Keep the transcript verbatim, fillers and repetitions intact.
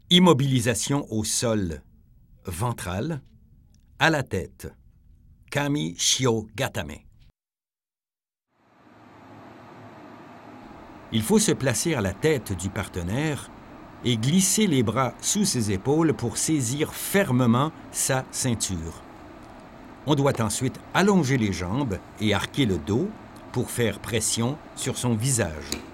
Immobilisation au sol ventral, à la tête. Kami Shio Gatame. Il faut se placer à la tête du partenaire et glisser les bras sous ses épaules pour saisir fermement sa ceinture. On doit ensuite allonger les jambes et arquer le dos pour faire pression sur son visage.